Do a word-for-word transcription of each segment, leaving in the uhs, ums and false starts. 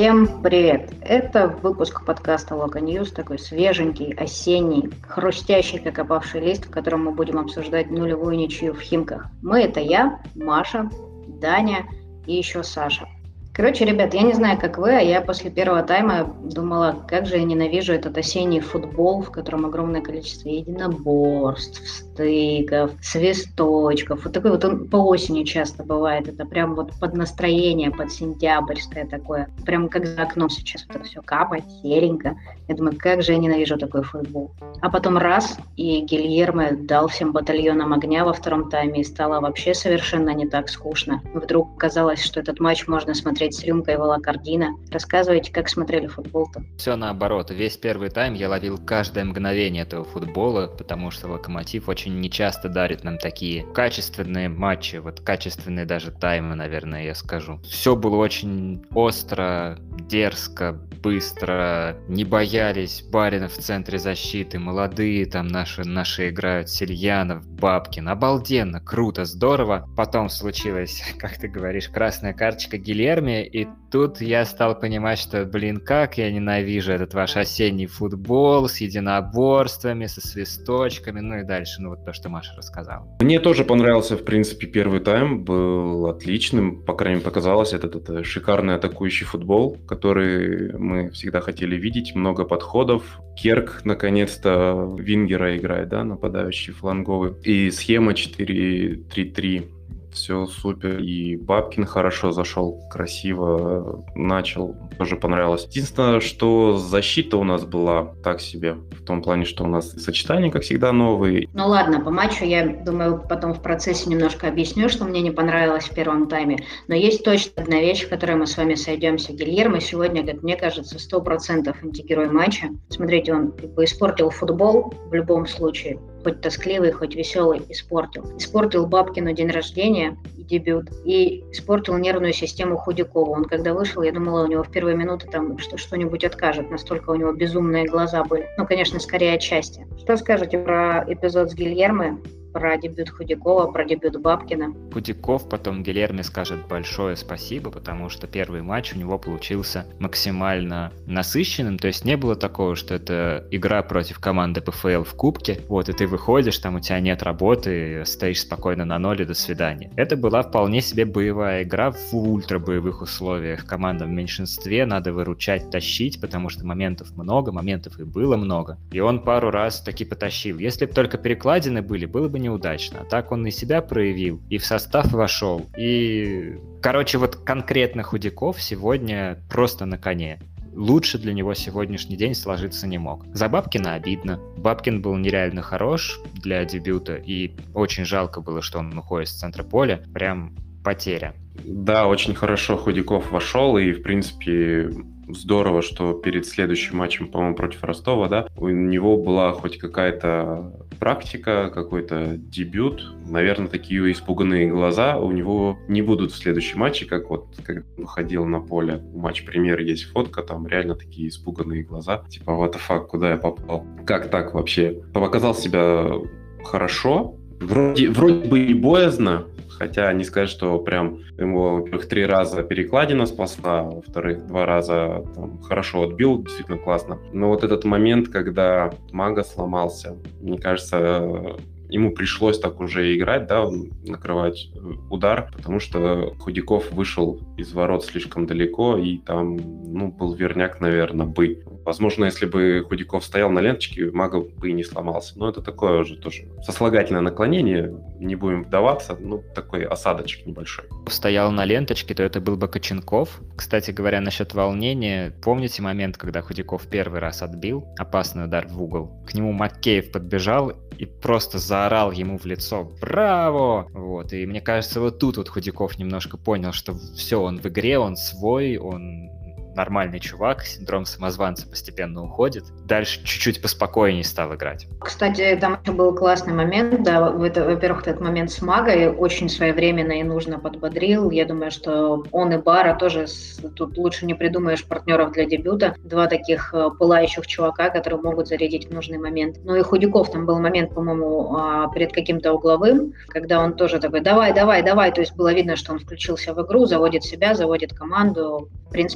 Всем привет! Это выпуск подкаста Loka News, такой свеженький, осенний, хрустящий, как опавший лист, в котором мы будем обсуждать нулевую ничью в Химках. Мы — это я, Маша, Даня и еще Саша. Короче, ребят, я не знаю, как вы, а я после первого тайма думала, как же я ненавижу этот осенний футбол, в котором огромное количество единоборств, стыков, свисточков. Вот такой вот он по осени часто бывает. Это прям вот под настроение, под сентябрьское такое. Прям как за окном сейчас вот это все капает, серенько. Я думаю, как же я ненавижу такой футбол. А потом раз, и Гильермо дал всем батальонам огня во втором тайме, и стало вообще совершенно не так скучно. Вдруг казалось, что этот матч можно смотреть с рюмкой волокордина. Рассказывайте, как смотрели футбол-то. Все наоборот. Весь первый тайм я ловил каждое мгновение этого футбола, потому что Локомотив очень нечасто дарит нам такие качественные матчи, вот качественные даже таймы, наверное, я скажу. Все было очень остро, дерзко, быстро, не боялись Баринов в центре защиты, молодые там наши, наши играют, Сельянов, Бабкин, обалденно, круто, здорово. Потом случилась, как ты говоришь, красная карточка Гильермо, и тут я стал понимать, что, блин, как я ненавижу этот ваш осенний футбол с единоборствами, со свисточками, ну и дальше, ну вот то, что Маша рассказала. Мне тоже понравился, в принципе, первый тайм, был отличным, по крайней мере, показалось, этот, этот шикарный атакующий футбол, который мы всегда хотели видеть, много подходов. Керк, наконец-то, вингера играет, да, нападающий фланговый, и схема четыре три три. Все супер. И Бабкин хорошо зашел, красиво начал, тоже понравилось. Единственное, что защита у нас была так себе, в том плане, что у нас сочетания, как всегда, новые. Ну ладно, по матчу я думаю, потом в процессе немножко объясню, что мне не понравилось в первом тайме. Но есть точно одна вещь, в которой мы с вами сойдемся. Гильермо сегодня, как мне кажется, сто процентов антигерой матча. Смотрите, он как бы испортил футбол в любом случае. Хоть тоскливый, хоть веселый, испортил. Испортил Бабкину день рождения и дебют. И испортил нервную систему Худякова. Он когда вышел, я думала, у него в первые минуты там что- что-нибудь откажет. Настолько у него безумные глаза были. Ну, конечно, скорее отчасти. Что скажете про эпизод с Гильермо? Про дебют Худякова, про дебют Бабкина. Худяков потом Гильермо скажет большое спасибо, потому что первый матч у него получился максимально насыщенным, то есть не было такого, что это игра против команды ПФЛ в кубке, вот, и ты выходишь, там у тебя нет работы, стоишь спокойно на ноле, до свидания. Это была вполне себе боевая игра в ультрабоевых условиях, команда в меньшинстве, надо выручать, тащить, потому что моментов много, моментов и было много, и он пару раз таки потащил. Если бы только перекладины были, было бы неудачно. А так он и себя проявил, и в состав вошел. И, короче, вот конкретно Худяков сегодня просто на коне. Лучше для него сегодняшний день сложиться не мог. За Бабкина обидно. Бабкин был нереально хорош для дебюта, и очень жалко было, что он уходит с центра поля. Прям потеря. Да, очень хорошо Худяков вошел, и, в принципе, здорово, что перед следующим матчем, по-моему, против Ростова, да, у него была хоть какая-то практика, какой-то дебют. Наверное, такие испуганные глаза у него не будут в следующем матче, как вот, когда он ходил на поле. Матч-премьер есть фотка, там реально такие испуганные глаза. Типа, what the fuck, куда я попал? Как так вообще? Показал себя хорошо. Вроде, вроде бы и боязно, хотя не сказать, что прям ему, во-первых, три раза перекладина спасла, во-вторых, два раза там, хорошо отбил, действительно классно. Но вот этот момент, когда Мага сломался, мне кажется, ему пришлось так уже играть, да, накрывать удар, потому что Худяков вышел из ворот слишком далеко, и там, ну, был верняк, наверное, бы. Возможно, если бы Худяков стоял на ленточке, Мага бы и не сломался. Но это такое уже тоже сослагательное наклонение, не будем вдаваться, ну, такой осадочек небольшой. Стоял на ленточке, то это был бы Коченков. Кстати говоря, насчет волнения, помните момент, когда Худяков первый раз отбил опасный удар в угол? К нему Макеев подбежал и просто заорал ему в лицо «Браво!». Вот, и мне кажется, вот тут вот Худяков немножко понял, что все, он в игре, он свой, он нормальный чувак, синдром самозванца постепенно уходит. Дальше чуть-чуть поспокойнее стал играть. Кстати, там еще был классный момент, да, это, во-первых, этот момент с Магой очень своевременно и нужно подбодрил. Я думаю, что он и Бара тоже, тут лучше не придумаешь партнеров для дебюта. Два таких пылающих чувака, которые могут зарядить в нужный момент. Ну и Худяков, там был момент, по-моему, перед каким-то угловым, когда он тоже такой «давай, давай, давай». То есть было видно, что он включился в игру, заводит себя, заводит команду, в принципе, адаптируется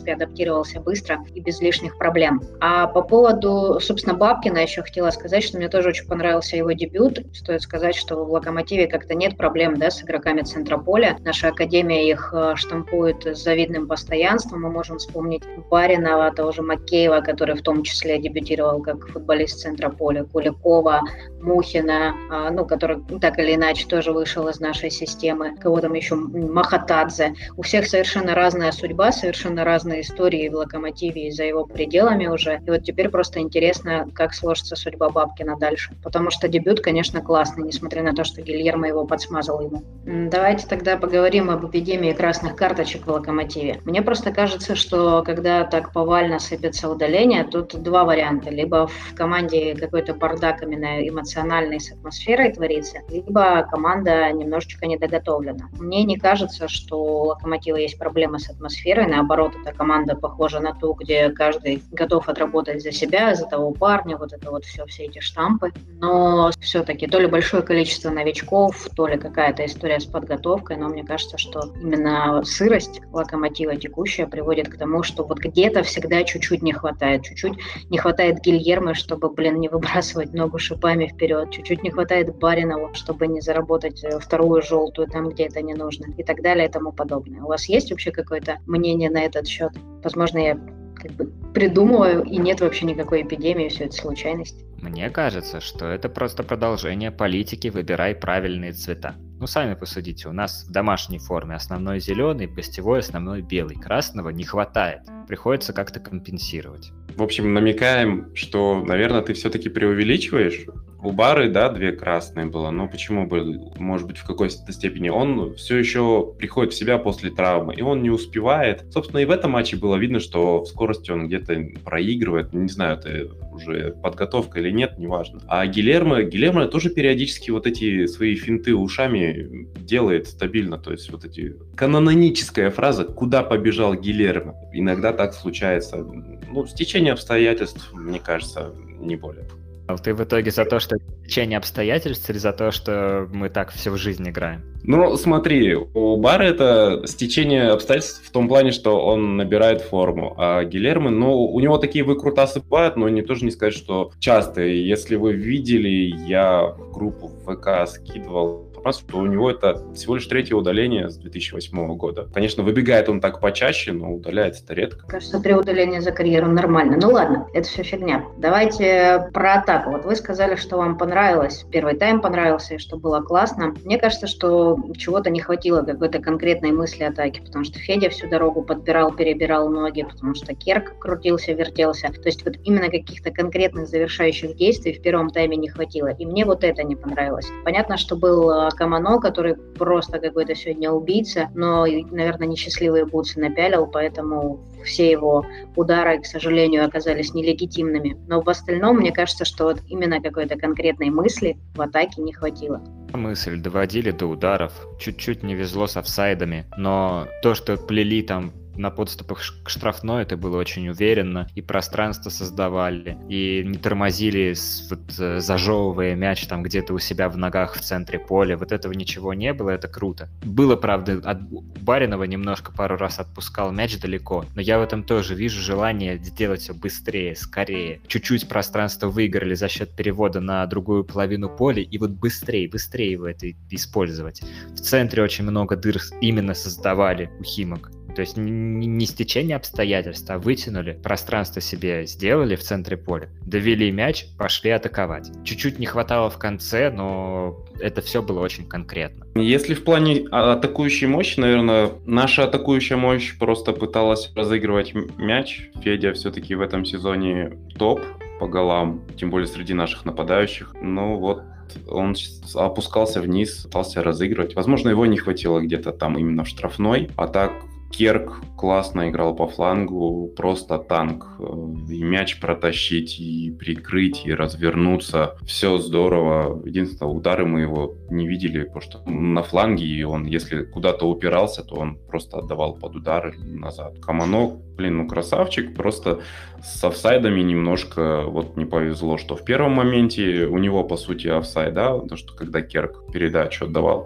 адаптировался быстро и без лишних проблем. А по поводу, собственно, Бабкина еще хотела сказать, что мне тоже очень понравился его дебют. Стоит сказать, что в «Локомотиве» как-то нет проблем, да, с игроками центра поля. Наша академия их штампует с завидным постоянством. Мы можем вспомнить Баринова, того же Макеева, который в том числе дебютировал как футболист центра поля, Куликова, Мухина, ну, который так или иначе тоже вышел из нашей системы, кого там еще, Махатадзе. У всех совершенно разная судьба, совершенно разные истории в «Локомотиве» и за его пределами уже. И вот теперь просто интересно, как сложится судьба Бабкина дальше. Потому что дебют, конечно, классный, несмотря на то, что Гильермо его подсмазал ему. Давайте тогда поговорим об эпидемии красных карточек в «Локомотиве». Мне просто кажется, что когда так повально сыпется удаление, тут два варианта. Либо в команде какой-то бардак именно эмоциональный с атмосферой творится, либо команда немножечко недоготовлена. Мне не кажется, что у «Локомотива» есть проблемы с атмосферой. Наоборот, эта команда похожа на ту, где каждый готов отработать за себя, за того парня, вот это вот все, все эти штампы. Но все-таки то ли большое количество новичков, то ли какая-то история с подготовкой, но мне кажется, что именно сырость «Локомотива» текущая приводит к тому, что вот где-то всегда чуть-чуть не хватает. Чуть-чуть не хватает Гильермо, чтобы, блин, не выбрасывать ногу шипами вперед. Чуть-чуть не хватает Баринову, чтобы не заработать вторую желтую там, где это не нужно. И так далее и тому подобное. У вас есть вообще какое-то мнение на этот счет? Возможно, я как бы придумываю, и нет вообще никакой эпидемии, все это случайность. Мне кажется, что это просто продолжение политики «выбирай правильные цвета». Ну, сами посудите, у нас в домашней форме основной зеленый, гостевой основной белый. Красного не хватает. Приходится как-то компенсировать. В общем, намекаем, что, наверное, ты все-таки преувеличиваешь. У Бары, да, две красные было, но почему бы, может быть, в какой-то степени он все еще приходит в себя после травмы, и он не успевает. Собственно, и в этом матче было видно, что в скорости он где-то проигрывает, не знаю, это уже подготовка или нет, неважно. А Гильермо, Гильермо тоже периодически вот эти свои финты ушами делает стабильно, то есть вот эти... Каноническая фраза «Куда побежал Гильермо?» Иногда так случается. Ну, стечение обстоятельств, мне кажется, не более. А ты в итоге за то, что это течение обстоятельств, или за то, что мы так все в жизнь играем? Ну, смотри, у Бары это стечение обстоятельств в том плане, что он набирает форму, а Гильермо, ну, у него такие выкрутасы бывают, но не тоже не сказать, что часто. Если вы видели, я в группу в ВК скидывал, что у него это всего лишь третье удаление с две тысячи восьмого года. Конечно, выбегает он так почаще, но удаляется-то редко. Кажется, три удаления за карьеру нормально. Ну ладно, это все фигня. Давайте про атаку. Вот вы сказали, что вам понравилось, первый тайм понравился, и что было классно. Мне кажется, что чего-то не хватило, какой-то конкретной мысли атаки, потому что Федя всю дорогу подбирал, перебирал ноги, потому что Керк крутился, вертелся. То есть вот именно каких-то конкретных завершающих действий в первом тайме не хватило. И мне вот это не понравилось. Понятно, что был Камано, который просто какой-то сегодня убийца, но, наверное, несчастливые бутсы напялил, поэтому все его удары, к сожалению, оказались нелегитимными. Но в остальном, мне кажется, что вот именно какой-то конкретной мысли в атаке не хватило. Мысль доводили до ударов, чуть-чуть не везло с офсайдами, но то, что плели там на подступах к штрафной, это было очень уверенно, и пространство создавали, и не тормозили, вот, зажевывая мяч там где-то у себя в ногах в центре поля. Вот этого ничего не было, это круто. Было, правда, от Баринова немножко пару раз отпускал мяч далеко, но я в этом тоже вижу желание сделать все быстрее, скорее. Чуть-чуть пространство выиграли за счет перевода на другую половину поля, и вот быстрее, быстрее его это использовать. В центре очень много дыр именно создавали у Химок. То есть не стечение обстоятельств, а вытянули, пространство себе сделали в центре поля, довели мяч, пошли атаковать. Чуть-чуть не хватало в конце, но это все было очень конкретно. Если в плане атакующей мощи, наверное, наша атакующая мощь просто пыталась разыгрывать мяч. Федя все-таки в этом сезоне топ по голам, тем более среди наших нападающих. Ну вот, он опускался вниз, пытался разыгрывать. Возможно, его не хватило где-то там именно в штрафной, а так Керк классно играл по флангу, просто танк. И мяч протащить, и прикрыть, и развернуться. Все здорово. Единственное, удары мы его не видели, потому что на фланге, и он, если куда-то упирался, то он просто отдавал под удары назад. Камано, блин, ну красавчик, просто с офсайдами немножко вот не повезло, что в первом моменте у него, по сути, офсайд, да, то, что когда Керк передачу отдавал.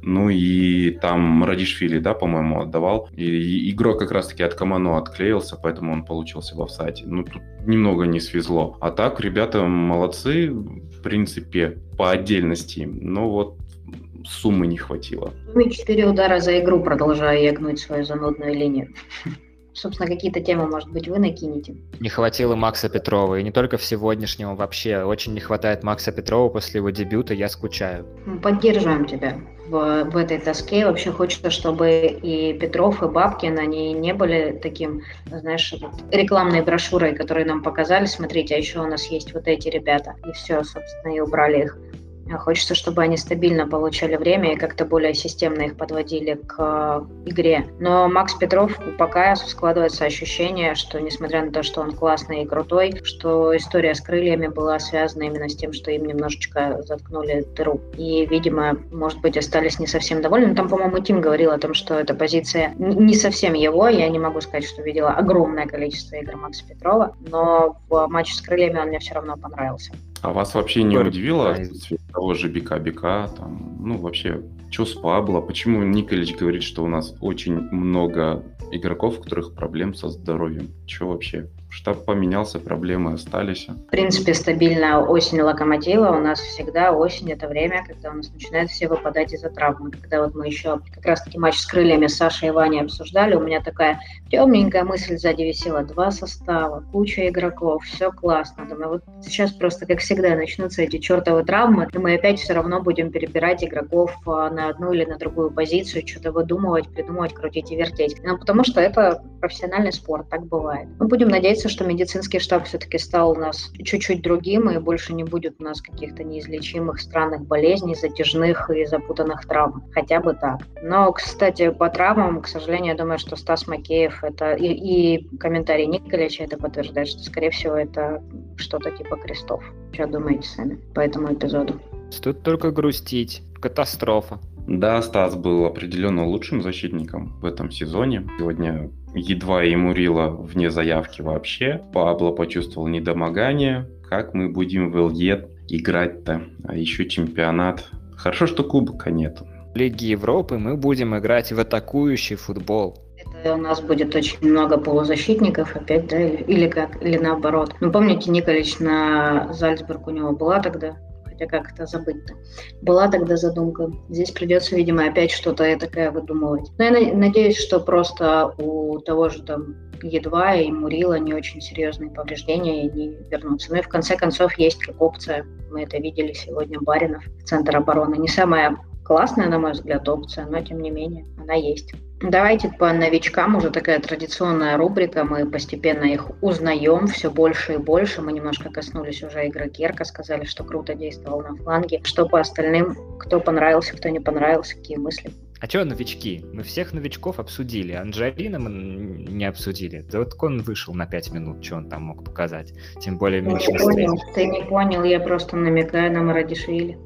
Ну и там Марадишвили, да, по-моему, отдавал. И, и игрок как раз-таки от Камано отклеился, поэтому он получился в офсайде. Ну, тут немного не свезло. А так, ребята молодцы, в принципе, по отдельности. Но вот суммы не хватило. Четыре удара за игру, продолжаю я гнуть свою занудную линию. Собственно, какие-то темы, может быть, вы накинете? Не хватило Макса Петрова, и не только в сегодняшнем, вообще. Очень не хватает Макса Петрова после его дебюта, я скучаю. Мы поддерживаем тебя в, в этой тоске. Вообще хочется, чтобы и Петров, и Бабкин, они не были таким, знаешь, рекламной брошюрой, которые нам показали. Смотрите, а еще у нас есть вот эти ребята. И все, собственно, и убрали их. Хочется, чтобы они стабильно получали время и как-то более системно их подводили к э, игре. Но Макс Петров, пока складывается ощущение, что несмотря на то, что он классный и крутой, что история с крыльями была связана именно с тем, что им немножечко заткнули дыру. И, видимо, может быть, остались не совсем довольны. Но там, по-моему, Тим говорил о том, что эта позиция не совсем его. Я не могу сказать, что видела огромное количество игр Макса Петрова, но в матче с крыльями он мне все равно понравился. А вас вообще не удивило отсутствие того же Бика-Бика? Там, ну, вообще, что с Пабло? Почему Николич говорит, что у нас очень много игроков, у которых проблем со здоровьем? Что вообще? Штаб поменялся, проблемы остались. В принципе, стабильная осень Локомотива. У нас всегда осень – это время, когда у нас начинают все выпадать из-за травмы. Когда вот мы еще как раз-таки матч с крыльями с Сашей и Ваней обсуждали, у меня такая темненькая мысль сзади висела. Два состава, куча игроков, все классно. Думаю, вот сейчас просто, как всегда, начнутся эти чертовы травмы, и мы опять все равно будем перебирать игроков на одну или на другую позицию, что-то выдумывать, придумывать, крутить и вертеть. Ну, потому что это профессиональный спорт, так бывает. Мы будем надеяться, что медицинский штаб все-таки стал у нас чуть-чуть другим, и больше не будет у нас каких-то неизлечимых странных болезней, затяжных и запутанных травм. Хотя бы так. Но, кстати, по травмам, к сожалению, я думаю, что Стас Макеев это и, и комментарий Николича это подтверждает, что, скорее всего, это что-то типа крестов. Что думаете сами по этому эпизоду? Тут только грустить. Катастрофа. Да, Стас был определенно лучшим защитником в этом сезоне. Сегодня едва и Мурила вне заявки вообще. Пабло почувствовал недомогание. Как мы будем в ЛЕ играть-то? А еще чемпионат. Хорошо, что кубка нету. В Лиге Европы мы будем играть в атакующий футбол. Это у нас будет очень много полузащитников опять, да, или, или как, или наоборот. Ну, помните, Николич на Зальцбург у него была тогда? Хотя как это забыть-то? Была тогда задумка. Здесь придется, видимо, опять что-то такое выдумывать. Но я надеюсь, что просто у того же там Едва и Мурила не очень серьезные повреждения, и они вернутся. Ну и в конце концов есть как опция. Мы это видели сегодня. Баринов в центр обороны. Не самая классная, на мой взгляд, опция, но тем не менее она есть. Давайте по новичкам, уже такая традиционная рубрика, мы постепенно их узнаем все больше и больше. Мы немножко коснулись уже игры Керка, сказали, что круто действовал на фланге. Что по остальным, кто понравился, кто не понравился, какие мысли? А что новички? Мы всех новичков обсудили. Анджелина мы не обсудили. Да вот он вышел на пять минут, что он там мог показать. Тем более в меньшинстве. Ты не понял, я просто намекаю на Марадишвили.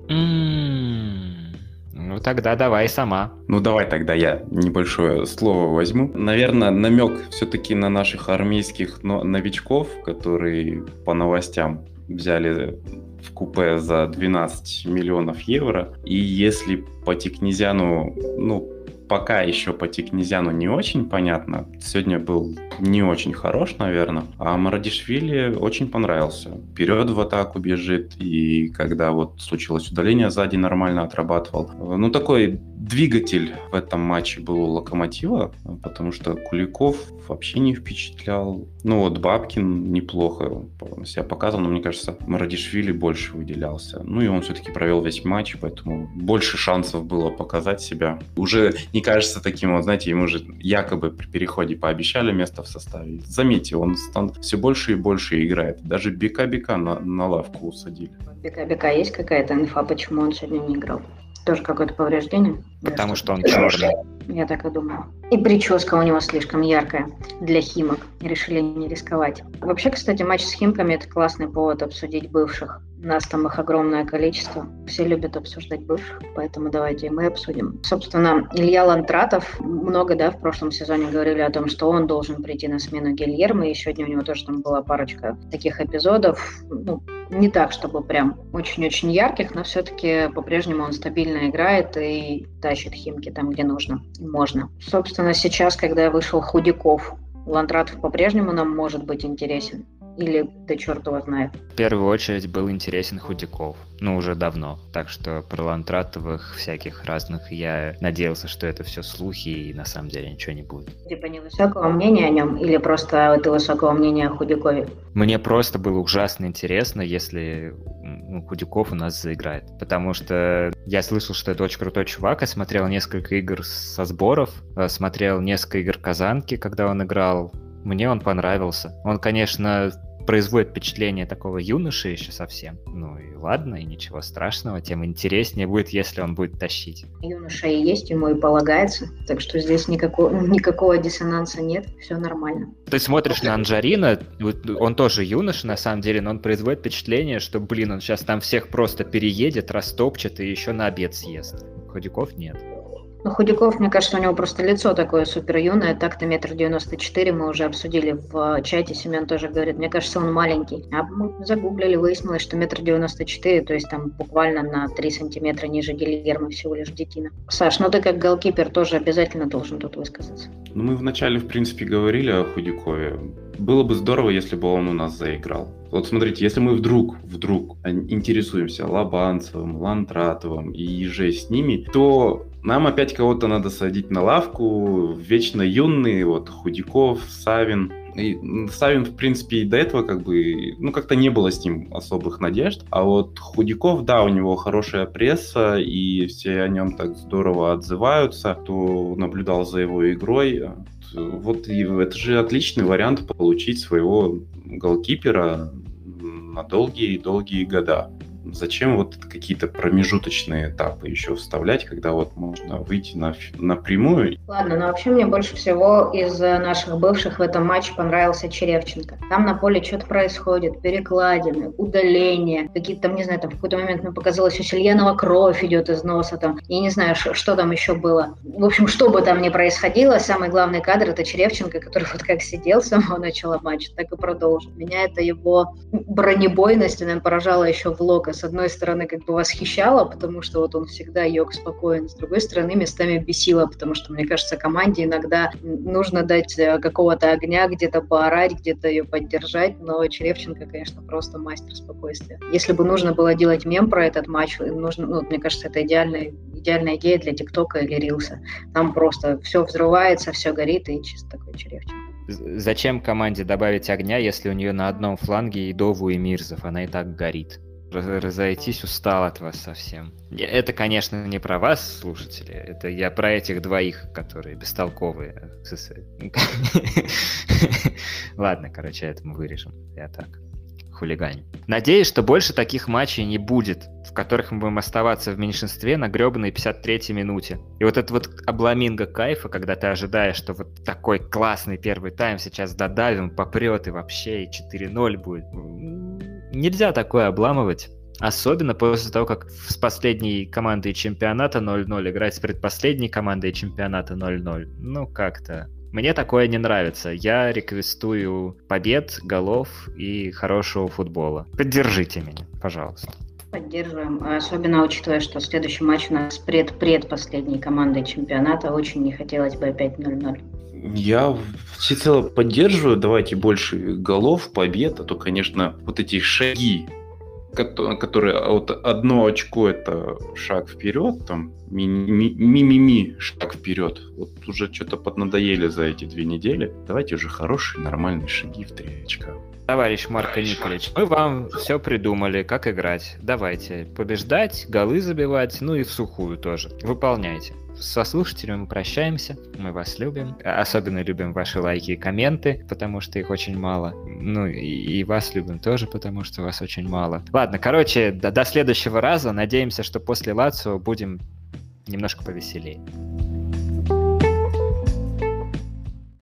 М-м-м. Ну тогда давай сама. Ну давай тогда я небольшое слово возьму. Наверное, намек все-таки на наших армейских новичков, которые по новостям взяли в купе за двенадцать миллионов евро. И если по Тикнезяну, ну, пока еще по Тикнезяну не очень понятно. Сегодня был не очень хорош, наверное. А Марадишвили очень понравился. Вперед в атаку бежит. И когда вот случилось удаление сзади, нормально отрабатывал. Ну, такой двигатель в этом матче был у Локомотива, потому что Куликов вообще не впечатлял. Ну, вот Бабкин неплохо себя показывал, но мне кажется, Марадишвили больше выделялся. Ну, и он все-таки провел весь матч, поэтому больше шансов было показать себя. Уже не кажется таким, вот, знаете, ему же якобы при переходе пообещали место в составе. Заметьте, он все больше и больше играет. Даже Бека-Бека на, на лавку усадили. Бека-Бека есть какая-то инфа, почему он сегодня не играл? Тоже какое-то повреждение? Потому что он черный. Я так и думала. И прическа у него слишком яркая для Химок. Решили не рисковать. Вообще, кстати, матч с Химками – это классный повод обсудить бывших. У нас там их огромное количество. Все любят обсуждать бывших, поэтому давайте и мы обсудим. Собственно, Илья Лантратов, много, да, в прошлом сезоне говорили о том, что он должен прийти на смену Гильермо, и сегодня у него тоже там была парочка таких эпизодов. Ну, не так, чтобы прям очень-очень ярких, но все-таки по-прежнему он стабильно играет и тащит Химки там, где нужно и можно. Собственно, сейчас, когда вышел Худяков, Ландратов по-прежнему нам может быть интересен? Или да черт его знает? В первую очередь был интересен Худяков. Ну, уже давно. Так что про Ландратовых всяких разных я надеялся, что это все слухи, и на самом деле ничего не будет. Типа невысокого мнения о нем или просто ты высокого мнения о Худякове? Мне просто было ужасно интересно, если ну, Худяков у нас заиграет. Потому что я слышал, что это очень крутой чувак. Я смотрел несколько игр со сборов, смотрел несколько игр Казанки, когда он играл. Мне он понравился. Он, конечно, производит впечатление такого юноши еще совсем. Ну и ладно, и ничего страшного. Тем интереснее будет, если он будет тащить. Юноша и есть, ему и полагается. Так что здесь никакого, никакого диссонанса нет. Все нормально. Ты смотришь на Анжарина, он тоже юноша на самом деле, но он производит впечатление, что, блин, он сейчас там всех просто переедет, растопчет и еще на обед съест. Худяков нет. Ну, Худяков, мне кажется, у него просто лицо такое супер юное, так-то метр девяносто четыре, мы уже обсудили в чате, Семен тоже говорит, мне кажется, он маленький. А мы загуглили, выяснилось, что метр девяносто четыре, то есть там буквально на три сантиметра ниже Гильермо всего лишь детина. Саш, ну ты как голкипер тоже обязательно должен тут высказаться. Ну, мы вначале, в принципе, говорили о Худякове. Было бы здорово, если бы он у нас заиграл. Вот смотрите, если мы вдруг, вдруг интересуемся Лобанцевым, Ландратовым и еже с ними, то нам опять кого-то надо садить на лавку, вечно юный, вот Худяков, Савин. И Савин, в принципе, и до этого как бы, ну, как-то не было с ним особых надежд. А вот Худяков, да, у него хорошая пресса, и все о нем так здорово отзываются, кто наблюдал за его игрой. Вот и это же отличный вариант получить своего голкипера на долгие-долгие года. Зачем вот какие-то промежуточные этапы еще вставлять, когда вот можно выйти на, напрямую? Ладно, но вообще мне больше всего из наших бывших в этом матче понравился Черевченко. Там на поле что-то происходит, перекладины, удаления, какие-то там, не знаю, там в какой-то момент мне показалось, у Сильянова кровь идет из носа, там, я не знаю, что, что там еще было. В общем, что бы там ни происходило, самый главный кадр — это Черевченко, который вот как сидел с самого начала матча, так и продолжил. Меня это его бронебойность, она поражала еще в локоть. С одной стороны, как бы восхищала, потому что вот он всегда йог спокоен, с другой стороны, местами бесила, потому что, мне кажется, команде иногда нужно дать какого-то огня, где-то поорать, где-то ее поддержать, но Черевченко, конечно, просто мастер спокойствия. Если бы нужно было делать мем про этот матч, нужно, ну, мне кажется, это идеальная, идеальная идея для ТикТока или Рилса. Там просто все взрывается, все горит, и чисто такой Черевченко. Зачем команде добавить огня, если у нее на одном фланге и Дову, и Мирзов, она и так горит? Разойтись устал от вас совсем. Это, конечно, не про вас, слушатели. Это я про этих двоих, которые бестолковые. Ладно, короче, это мы вырежем. Я так хулиганю. Надеюсь, что больше таких матчей не будет, в которых мы будем оставаться в меньшинстве на гребаной пятьдесят третьей минуте. И вот это вот обламинго кайфа, когда ты ожидаешь, что вот такой классный первый тайм сейчас додавим, попрет и вообще и четыре ноль будет. Нельзя такое обламывать. Особенно после того, как с последней командой чемпионата ноль ноль играть с предпоследней командой чемпионата ноль ноль. Ну, как-то... Мне такое не нравится. Я реквестую побед, голов и хорошего футбола. Поддержите меня, пожалуйста. Поддерживаем. Особенно учитывая, что следующий матч у нас пред-предпоследней командой чемпионата. Очень не хотелось бы опять ноль ноль. Я всецело поддерживаю. Давайте больше голов, побед. А то, конечно, вот эти шаги, которые вот одно очко — это шаг вперед, там ми-ми-ми шаг вперед. Вот уже что-то поднадоели за эти две недели. Давайте уже хорошие, нормальные шаги в три очка. Товарищ Марко Николич, мы вам все придумали, как играть. Давайте побеждать, голы забивать, ну и в сухую тоже. Выполняйте. Со слушателями мы прощаемся, мы вас любим. Особенно любим ваши лайки и комменты, потому что их очень мало. Ну и, и вас любим тоже, потому что вас очень мало. Ладно, короче, до, до следующего раза. Надеемся, что после Лацио будем немножко повеселее.